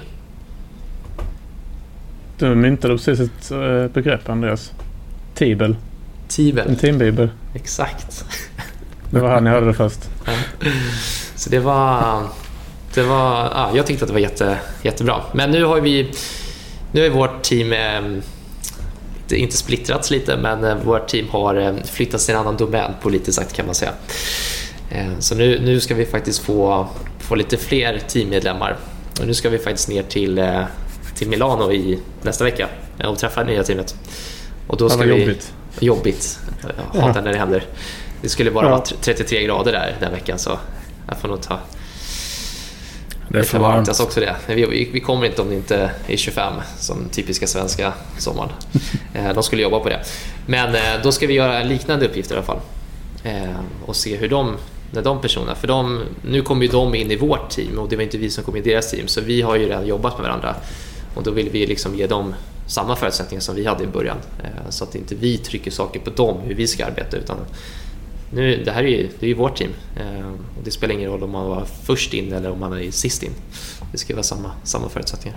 Du myntade precis ett äh, begrepp, Andreas. Tibel. Tibel. En teambibel. Exakt. Det var här ni hörde det först. Ja. Så det var... Det var ja, jag tyckte att det var jätte, jättebra. Men nu har vi... Nu är vårt team... Eh, inte splittrats lite, men eh, vårt team har eh, flyttats till en annan domän, politiskt sagt kan man säga. Eh, så nu, nu ska vi faktiskt få, få lite fler teammedlemmar. Och nu ska vi faktiskt ner till, eh, till Milano i nästa vecka eh, och träffa det nya teamet. Och då ska det var vi, jobbigt. Jobbigt. Jag hatar när det händer. Det skulle bara ja. vara trettiotre grader där den veckan, så jag får nog ta... Det är för varmt. Jag också det. Vi, vi kommer inte om det inte är tjugofem som typiska svenska sommaren. De skulle jobba på det. Men då ska vi göra liknande uppgifter i alla fall. Och se hur de, när de personerna, för de, nu kommer ju de in i vårt team och det var inte vi som kom in i deras team. Så vi har ju redan jobbat med varandra. Och då vill vi liksom ge dem samma förutsättningar som vi hade i början. Så att inte vi trycker saker på dem hur vi ska arbeta, utan nu, det här är ju, det är ju vårt team. Eh, och det spelar ingen roll om man var först in eller om man är sist in. Det ska vara samma, samma förutsättningar.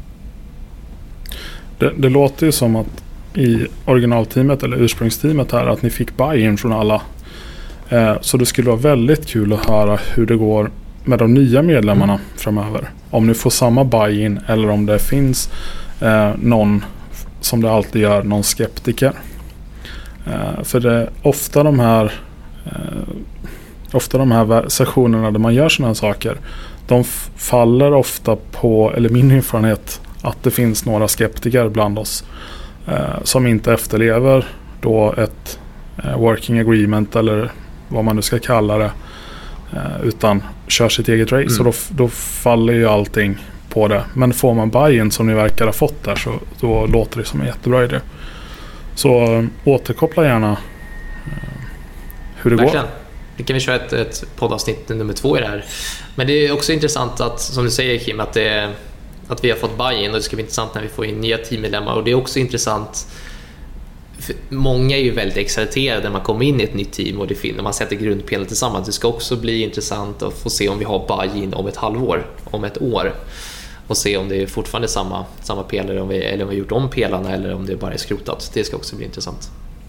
Det, det låter ju som att i originalteamet eller ursprungsteamet här att ni fick buy-in från alla. Eh, så det skulle vara väldigt kul att höra hur det går med de nya medlemmarna mm. framöver. Om ni får samma buy-in eller om det finns eh, någon, som det alltid gör, någon skeptiker. Eh, för det är ofta de här eh, ofta de här sessionerna där man gör sådana här saker, de f- faller ofta på, eller min erfarenhet, att det finns några skeptiker bland oss eh, som inte efterlever då ett eh, working agreement eller vad man nu ska kalla det, eh, utan kör sitt eget race. Mm. Och då, då faller ju allting på det. Men får man buy-in som ni verkar ha fått där, så då låter det som en jättebra idé. Så äh, återkoppla gärna äh, hur det Verkligen. går. Det kan vi köra ett, ett poddavsnitt nummer två i det här. Men det är också intressant att, som du säger Kim, att, det, att vi har fått buy-in, och det ska bli intressant när vi får in nya teammedlemmar. Och det är också intressant, för många är ju väldigt exalterade när man kommer in i ett nytt team och det finns, när man sätter grundpelaren tillsammans. Det ska också bli intressant att få se om vi har buy-in om ett halvår, om ett år, och se om det är fortfarande samma, samma pelare, om vi, eller om vi har gjort om pelarna eller om det bara är skrotat. Det ska också bli intressant.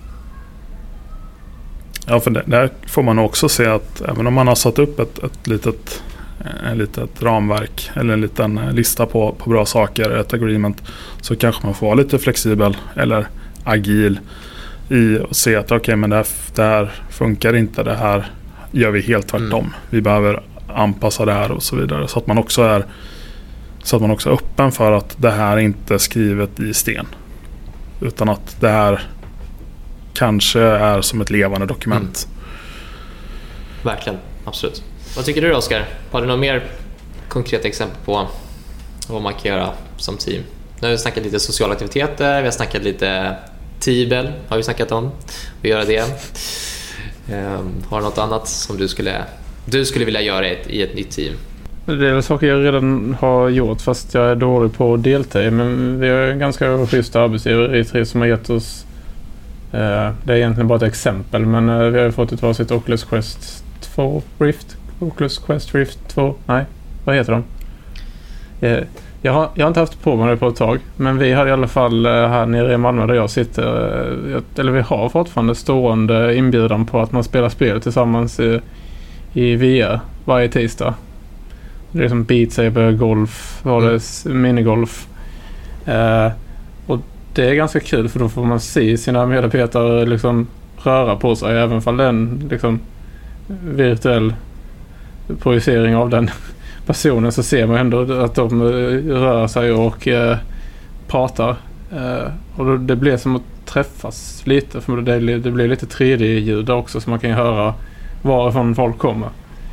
Ja, för det, där får man också se att även om man har satt upp ett, ett litet ett litet ramverk eller en liten lista på, på bra saker, ett agreement, så kanske man får vara lite flexibel eller agil i att se att okej, okay, men det här, det här funkar inte, det här gör vi helt tvärtom. Mm. Vi behöver anpassa det här och så vidare, så att man också är så att man också är öppen för att det här inte är skrivet i sten, utan att det här kanske är som ett levande dokument. Mm. Verkligen, absolut. Vad tycker du, Oskar? Har du några mer konkreta exempel på vad man kan göra som team? Nu har vi snackat lite sociala aktiviteter, vi har snackat lite Tibel, har vi snackat om. Vi gör det. Um, har du något annat som du skulle, du skulle vilja göra i ett, i ett nytt team? Det är väl saker jag redan har gjort fast jag är dålig på att delta i. Men vi har en ganska schysst arbetsgivare i tre som har gett oss, eh, det är egentligen bara ett exempel, men eh, vi har fått ett varsitt Oculus Quest två Rift. Oculus Quest Rift två, nej, vad heter de? Eh, jag, har, jag har inte haft på mig det på ett tag, men vi har i alla fall eh, här nere i Malmö där jag sitter, eh, jag, eller vi har fortfarande stående inbjudan på att man spelar spel tillsammans i, i V R varje tisdag. Det är som Beat Saber, golf, var det mm. minigolf. Eh, och det är ganska kul, för då får man se sina medarbetare liksom röra på sig, även om det är en liksom virtuell projicering av den personen, så ser man ändå att de rör sig och eh, pratar. Eh, och då, det blir som att träffas lite, för det, det blir lite tre D-ljud också, så man kan ju höra varifrån folk kommer.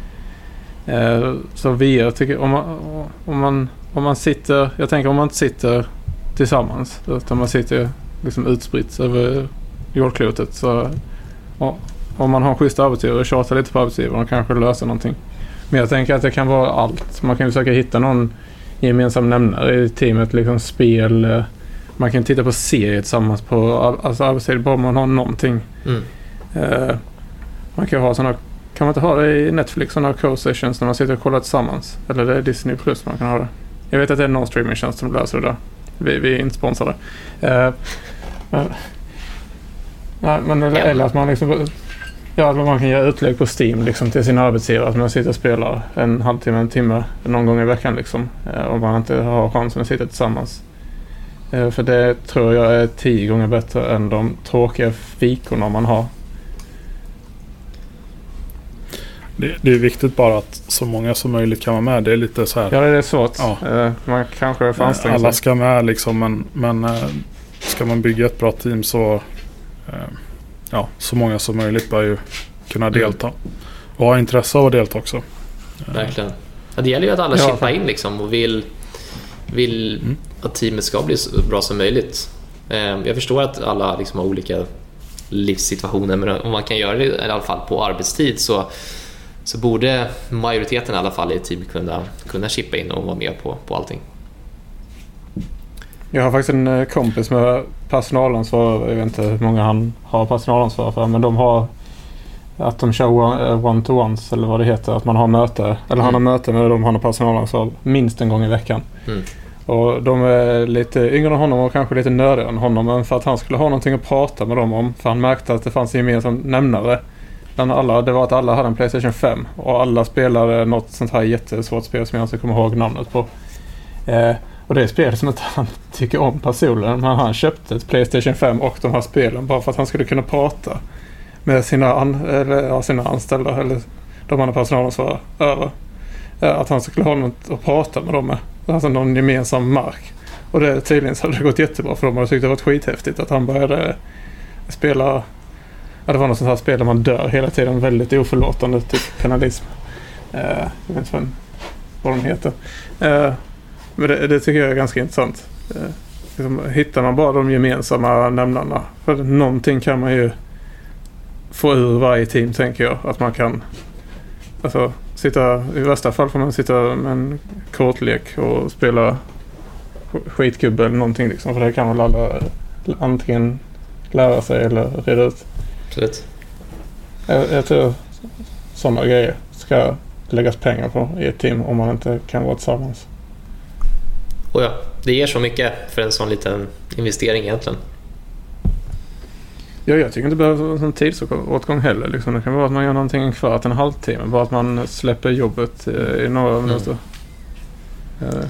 Eh, så V R tycker om man, om man om man sitter, jag tänker om man inte sitter tillsammans, utan man sitter liksom utspritt över jordklotet, så ja, om man har en schysst arbetsgivare och tjatar lite på arbetsgivaren och kanske löser någonting. Men jag tänker att det kan vara allt. Man kan försöka hitta någon gemensam nämnare i teamet, liksom spel. Man kan titta på serier tillsammans på alltså arbetstid, bara man har någonting. Mm. Eh, man kan ha sådana, kan man inte ha det i Netflix, sådana co-sessions när man sitter och kollar tillsammans? Eller det är Disney Plus man kan ha det. Jag vet att det är någon streamingtjänst som löser det där. Vi, vi är inte sponsrade. Eh, men, nej, men eller, eller att man liksom, ja, att man kan göra utlägg på Steam liksom, till sina arbetsgivare, att man sitter och spelar en halvtimme, en timme någon gång i veckan liksom, eh, om man inte har chansen att sitta tillsammans. Eh, för det tror jag är tio gånger bättre än de tråkiga fikorna man har. Det, det är viktigt bara att så många som möjligt kan vara med. Det är lite så här. Ja, det är svårt. Ja. Eh, man kanske får anstränga sig. Alla ska med liksom, men, men eh, ska man bygga ett bra team så eh, ja, så många som möjligt bör ju kunna delta. Mm. Och ha intresse av att delta också. Verkligen. Ja, det gäller ju att alla chippar ja. in liksom, och vill, vill mm. att teamet ska bli så bra som möjligt. Eh, jag förstår att alla liksom har olika livssituationer, men om man kan göra det i alla fall på arbetstid, så så borde majoriteten i alla fall i ett team kunna, kunna chippa in och vara med på, på allting. Jag har faktiskt en kompis med personalansvar. Jag vet inte hur många han har personalansvar för, men de har att de kör one-to-ones eller vad det heter, att man har möte, eller mm. han har möte med dem, han har personalansvar minst en gång i veckan. Mm. Och de är lite yngre än honom och kanske lite nördigare än honom, men för att han skulle ha någonting att prata med dem om, för han märkte att det fanns en gemensam nämnare bland alla, det var att alla hade en PlayStation fem och alla spelade något sånt här jättesvårt spel som jag inte kommer ihåg namnet på. Eh, och det är spel som inte han tycker om personen, men han köpte ett PlayStation fem och de här spelen bara för att han skulle kunna prata med sina, an, eller, ja, sina anställda eller de andra personalen som var över. Att han skulle ha något att prata med dem med. Alltså någon gemensam mark. Och det tydligen så hade det gått jättebra för dem och tyckte det var skithäftigt att han började spela. Ja, det var något sånt här spel där man dör hela tiden. Väldigt oförlåtande typ penalism. Eh, jag vet inte vad, vad de heter. Eh, men det, det tycker jag är ganska intressant. Eh, liksom, hittar man bara de gemensamma nämnarna. För någonting kan man ju få ur varje team, tänker jag. Att man kan alltså, sitta, i värsta fall får man sitta med en kortlek och spela skitkubbe eller någonting liksom. För det kan väl alla antingen lära sig eller reda ut. Absolut. Jag, jag tror sådana grejer ska läggas pengar på i ett team om man inte kan vara tillsammans. Och ja, det ger så mycket för en sån liten investering egentligen. Ja, jag tycker inte det behöver en tidsåtgång heller. Liksom. Det kan vara att man gör någonting kvar att en halvtimme. Bara att man släpper jobbet i några mm. minuter. Uh.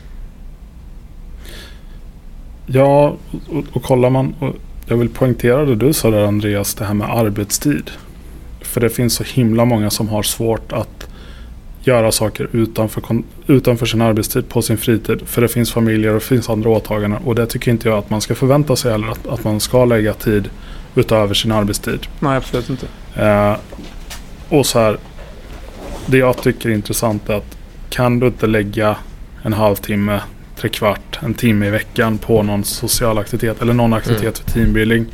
Ja, och, och kollar man... Och jag vill poängtera det du sa där, Andreas, det här med arbetstid. För det finns så himla många som har svårt att göra saker utanför, utanför sin arbetstid på sin fritid. För det finns familjer och det finns andra åtaganden. Och det tycker inte jag att man ska förvänta sig eller att, att man ska lägga tid utöver sin arbetstid. Nej, absolut inte. Eh, och så här, det jag tycker är intressant är att kan du inte lägga en halvtimme, tre kvart, en timme i veckan på någon social aktivitet eller någon aktivitet mm. för teambuilding,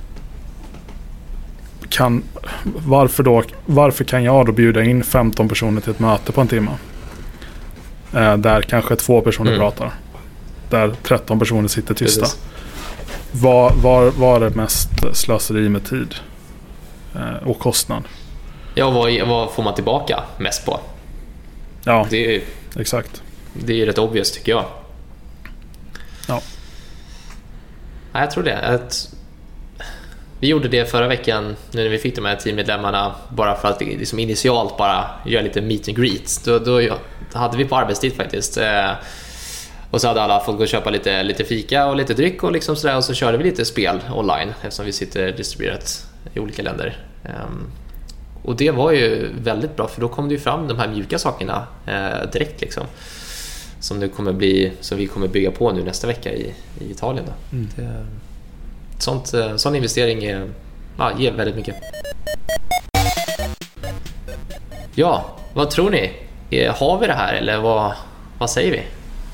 kan, varför då, varför kan jag då bjuda in femton personer till ett möte på en timme? Eh, där kanske två personer mm. pratar. Där tretton personer sitter tysta. Precis. Var, var, var är mest slöseri med tid eh, och kostnad? Ja, vad, vad får man tillbaka mest på? Ja, det är, exakt. Det är ju rätt obvious tycker jag. Ja. Ja, jag tror det. Att vi gjorde det förra veckan nu när vi fick de här teammedlemmarna bara för att liksom initialt bara göra lite meet and greet. Då, då hade vi på arbetstid faktiskt. Och så hade alla fått gå och köpa lite, lite fika och lite dryck och liksom sådär. Och så körde vi lite spel online eftersom vi sitter distribuerat i olika länder. Um, och det var ju väldigt bra för då kom det ju fram de här mjuka sakerna uh, direkt liksom. Som, nu kommer bli, som vi kommer bygga på nu nästa vecka i, i Italien. Då. Mm. Det, sånt, sån investering är, ja, ger väldigt mycket. Ja, vad tror ni? Har vi det här eller vad, vad säger vi?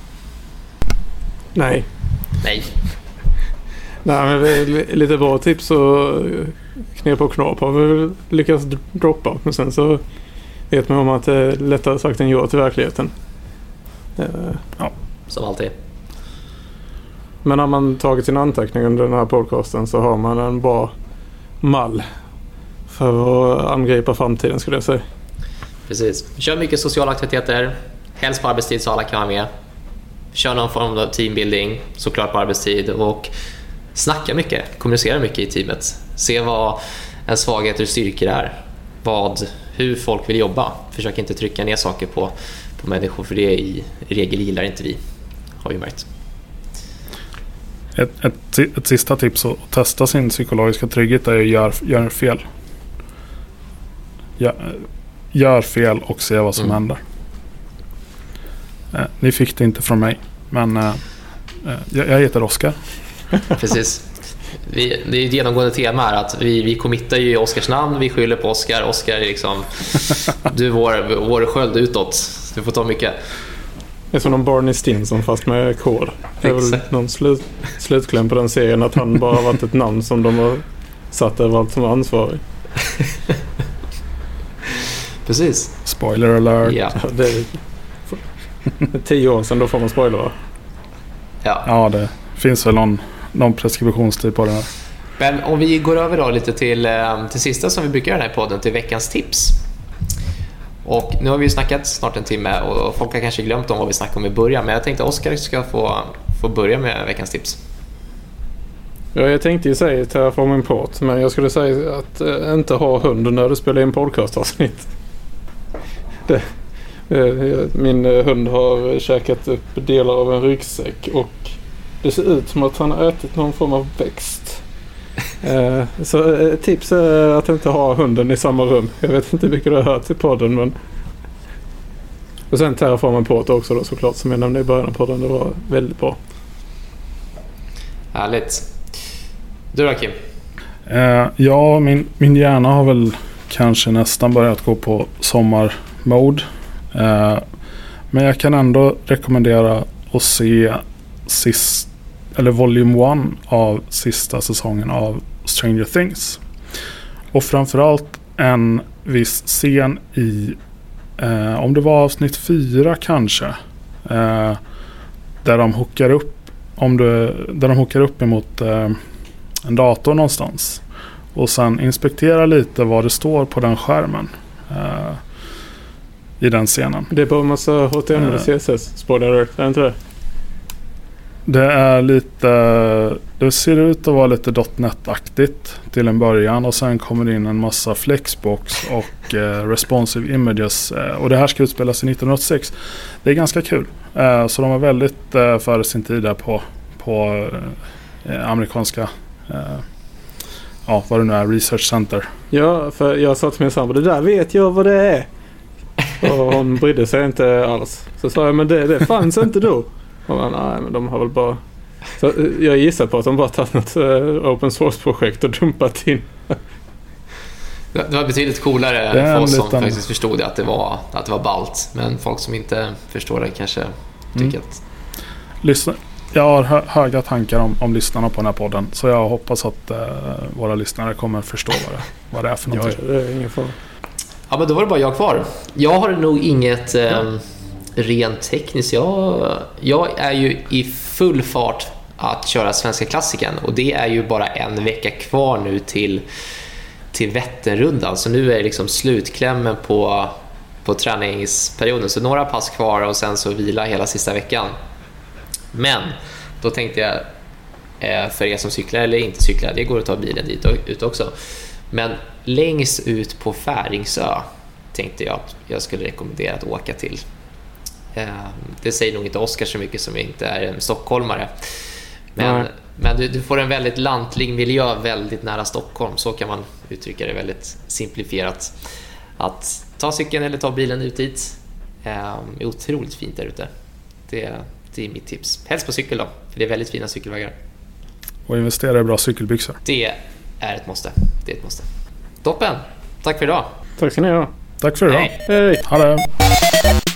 Nej. Nej. Nej, men lite bra tips och knep och knap har vi lyckats droppa. Men sen så vet man om att det är lättare sagt än gjort i verkligheten. Ja, som alltid. Men när man tagit sin anteckning under den här podcasten så har man en bra mall för att angripa framtiden, skulle jag säga. Precis. Kör mycket sociala aktiviteter. Helst på arbetstid så alla kan vara med. Kör någon form av teambuilding, såklart på arbetstid. Och snacka mycket, kommunicera mycket i teamet. Se vad en svaghet och styrkor är. Vad, hur folk vill jobba. Försök inte trycka ner saker på, på människor, för det i regel gillar inte vi, har vi märkt. Ett, ett, ett sista tips att testa sin psykologiska trygghet är att gör, gör fel. Gör, gör fel och se vad som mm. händer. Eh, ni fick det inte från mig, men eh, jag, jag heter Oskar. Precis. Vi, det är ett genomgående tema här att vi, vi committar ju Oskars namn, vi skyller på Oskar. Oskar är liksom du är vår, vår sköld utåt. Du får ta mycket. Det är som någon Barney Stinson fast med kod. Det är väl någon slut, slutkläm på den serien att han bara har varit ett namn som de har satt över allt som är ansvarig. Precis. Spoiler alert. Ja. Ja, det är tio år sedan, då får man spoilera. Ja. Ja, det finns väl någon, någon preskriptionstid på det här. Men om vi går över då lite till, till sista som vi brukar göra i den här podden, till veckans tips. Och nu har vi ju snackat snart en timme och folk har kanske glömt om vad vi snackade om i början, men jag tänkte att Oskar ska få, få börja med veckans tips. Ja, jag tänkte ju säga Terraform Import, men jag skulle säga att äh, inte ha hunden när du spelar in podcastavsnitt. Det, äh, min äh, hund har käkat upp delar av en ryggsäck och det ser ut som att han har ätit någon form av växt. äh, så äh, tips är att inte ha hunden i samma rum. Jag vet inte vilket du har hört i podden, men och sen Terraform Import också då, såklart, som jag nämnde i början av podden. Det var väldigt bra. Härligt. Du då, Kim? Uh, ja, min, min hjärna har väl kanske nästan börjat gå på sommarmode. Uh, men jag kan ändå rekommendera att se sist, eller Volume one av sista säsongen av Stranger Things. Och framförallt en viss scen i, uh, om det var avsnitt fyra kanske, uh, där de hookar upp, om du, där de hookar upp emot uh, en dator någonstans och sen inspektera lite vad det står på den skärmen uh, i den scenen. Det är bara en massa H T M L och C S S, spoiler alert, är det inte det? Det är lite, det ser ut att vara lite .NET-aktigt till en början och sen kommer det in en massa flexbox och uh, responsive images uh, och det här ska utspelas i nittonhundraåttiosex. Det är ganska kul. Uh, så de var väldigt uh, före sin tid där på, på uh, amerikanska Uh, ja, vad det nu är, Research Center. Ja, för jag sa till min sambo, det där vet jag vad det är. Och hon brydde sig inte alls. Så sa jag, men det, det fanns inte då. Och man, nej, men de har väl bara... Så jag gissar på att de bara tagit något uh, open source-projekt och dumpat in. Det var betydligt coolare för oss som liten... faktiskt förstod att det var, att det var ballt. Men folk som inte förstår det kanske tycker mm. att... Lyssna. Jag har hö- höga tankar om, om lyssnarna på den här podden. Så jag hoppas att uh, våra lyssnare kommer förstå vad det, vad det är för något. Ja, det är ingen fara. Ja, men då var det bara jag kvar. Jag har nog inget eh, rent tekniskt. Jag, jag är ju i full fart att köra Svenska klassiken. Och det är ju bara en vecka kvar nu till, till Vätternrundan. Så nu är det liksom slutklämmen på, på träningsperioden. Så några pass kvar och sen så vila hela sista veckan. Men då tänkte jag, för er som cyklar eller inte cyklar, det går att ta bilen dit ut också. Men längst ut på Färingsö tänkte jag att jag skulle rekommendera att åka till. Det säger nog inte Oskar så mycket som inte är en stockholmare. Men, mm. men du, du får en väldigt lantlig miljö väldigt nära Stockholm. Så kan man uttrycka det väldigt simplifierat. Att ta cykeln eller ta bilen ut dit är otroligt fint där ute. Det är Det är mitt tips. Helst på cykel då, för det är väldigt fina cykelvägar. Och investera i bra cykelbyxor. Det är ett måste. Det är ett måste. Toppen. Tack för idag. Tack ska ni ha. Tack för idag. Hej. Hej. Ha det.